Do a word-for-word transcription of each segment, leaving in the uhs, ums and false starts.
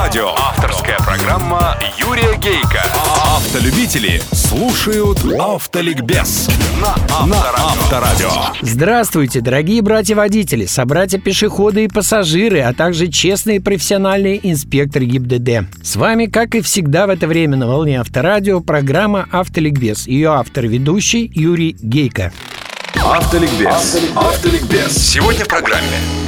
Авторадио. Авторская программа Юрия Гейка. Автолюбители слушают Автоликбез на Авторадио. Здравствуйте, дорогие братья-водители, собратья-пешеходы и пассажиры, а также честные профессиональные инспекторы ГИБДД. С вами, как и всегда в это время на волне Авторадио, программа Автоликбез. Ее автор-ведущий Юрий Гейка. Автоликбез. Автоликбез. Сегодня в программе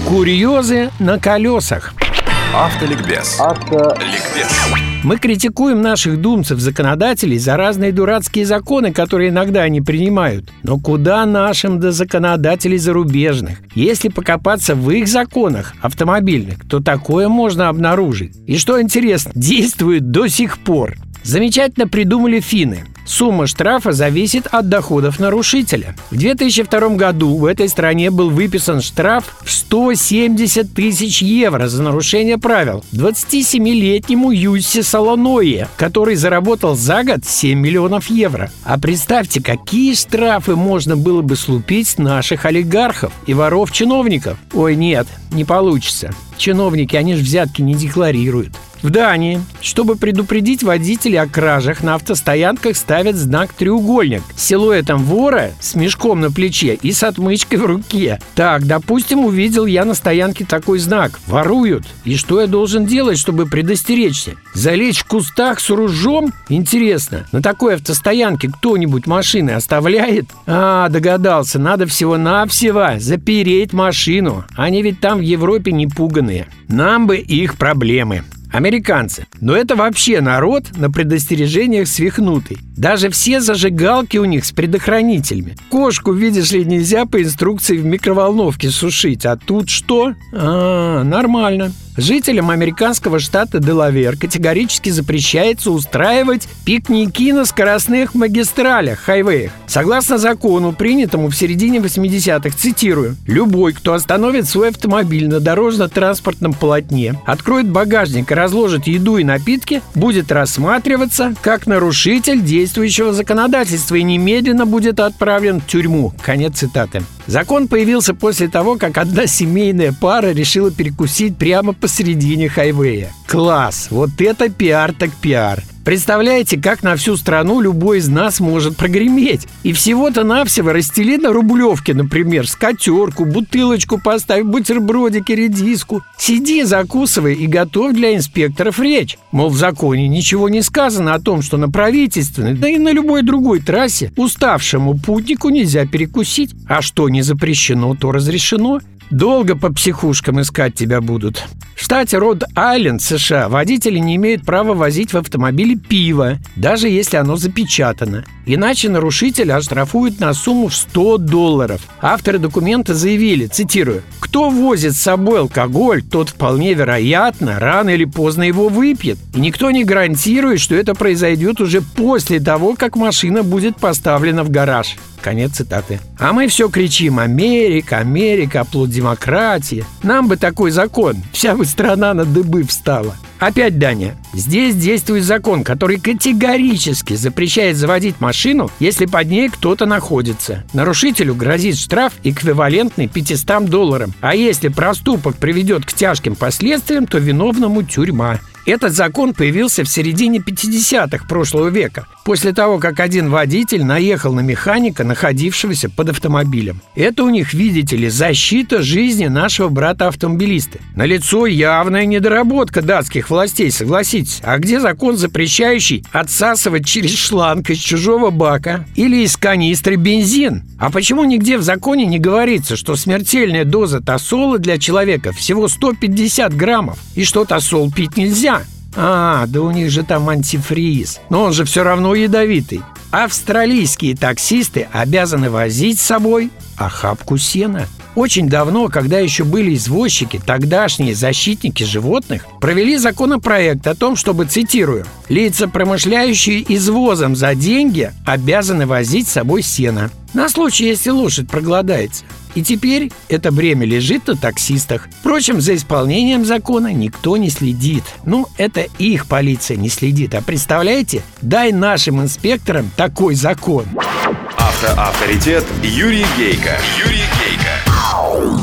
Курьезы на колесах. Автоликбез. Автоликбез. Мы критикуем наших думцев-законодателей за разные дурацкие законы, которые иногда они принимают. Но куда нашим до законодателей зарубежных? Если покопаться в их законах автомобильных, то такое можно обнаружить. И что интересно, действует до сих пор. Замечательно придумали финны. Сумма штрафа зависит от доходов нарушителя. В две тысячи втором году в этой стране был выписан штраф в сто семьдесят тысяч евро за нарушение правил двадцатисемилетнему Юсси Солоное, который заработал за год семь миллионов евро. А представьте, какие штрафы можно было бы слупить с наших олигархов и воров-чиновников. Ой, нет, не получится. Чиновники, они же взятки не декларируют. В Дании, чтобы предупредить водителей о кражах, на автостоянках ставят знак «треугольник» с силуэтом вора с мешком на плече и с отмычкой в руке. Так, допустим, увидел я на стоянке такой знак «Воруют». И что я должен делать, чтобы предостеречься? Залечь в кустах с ружьем? Интересно, на такой автостоянке кто-нибудь машины оставляет? А, догадался, надо всего-навсего запереть машину. Они ведь там в Европе не пуганые. Нам бы их проблемы. Американцы. Но это вообще народ на предостережениях свихнутый. Даже все зажигалки у них с предохранителями. Кошку, видишь ли, нельзя по инструкции в микроволновке сушить. А тут что? А, нормально. Жителям американского штата Делавер категорически запрещается устраивать пикники на скоростных магистралях, хайвеях. Согласно закону, принятому в середине восьмидесятых, цитирую: «Любой, кто остановит свой автомобиль на дорожно-транспортном полотне, откроет багажник и разложит еду и напитки, будет рассматриваться как нарушитель действующего законодательства и немедленно будет отправлен в тюрьму». Конец цитаты. Закон появился после того, как одна семейная пара решила перекусить прямо посередине хайвея. Класс! Вот это пиар так пиар! Представляете, как на всю страну любой из нас может прогреметь? И всего-то навсего расстели на Рублевке, например, скатерку, бутылочку поставь, бутербродики, редиску. Сиди, закусывай и готовь для инспекторов речь. Мол, в законе ничего не сказано о том, что на правительственной, да и на любой другой трассе уставшему путнику нельзя перекусить. А что не запрещено, то разрешено. Долго по психушкам искать тебя будут. В штате Род-Айленд, США, водители не имеют права возить в автомобиле пиво, даже если оно запечатано. Иначе нарушителя оштрафуют на сумму в сто долларов. Авторы документа заявили, цитирую: «Кто возит с собой алкоголь, тот вполне вероятно рано или поздно его выпьет. И никто не гарантирует, что это произойдет уже после того, как машина будет поставлена в гараж». Конец цитаты. А мы все кричим: «Америка, Америка, оплот демократии». Нам бы такой закон, вся бы страна на дыбы встала. Опять, Даня, здесь действует закон, который категорически запрещает заводить машину, если под ней кто-то находится. Нарушителю грозит штраф, эквивалентный пятистам долларам. А если проступок приведет к тяжким последствиям, то виновному тюрьма. Этот закон появился в середине пятидесятых прошлого века, после того, как один водитель наехал на механика, находившегося под автомобилем. Это у них, видите ли, защита жизни нашего брата-автомобилиста. Налицо явная недоработка датских властей, согласитесь. А где закон, запрещающий отсасывать через шланг из чужого бака или из канистры бензин? А почему нигде в законе не говорится, что смертельная доза тосола для человека всего сто пятьдесят граммов, и что тосол пить нельзя? А, да у них же там антифриз. Но он же все равно ядовитый. Австралийские таксисты обязаны возить с собой охапку сена. Очень давно, когда еще были извозчики, тогдашние защитники животных провели законопроект о том, чтобы, цитирую: «Лица, промышляющие извозом за деньги, обязаны возить с собой сено на случай, если лошадь проголодается». И теперь это бремя лежит на таксистах. Впрочем, за исполнением закона никто не следит. Ну, это их полиция не следит. А представляете, дай нашим инспекторам такой закон. Автоавторитет Юрий Гейка. Юрий Гейка.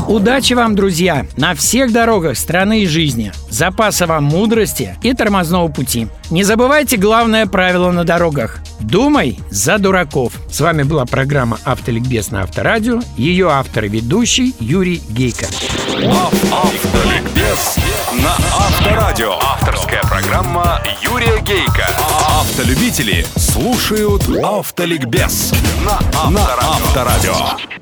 Удачи вам, друзья, на всех дорогах страны и жизни. Запаса вам мудрости и тормозного пути. Не забывайте главное правило на дорогах. Думай за дураков. С вами была программа «Автоликбез» на Авторадио. Ее автор и ведущий Юрий Гейко. Автоликбез на Авторадио. Авторская программа Юрия Гейко. Автолюбители слушают Автоликбез на Авторадио.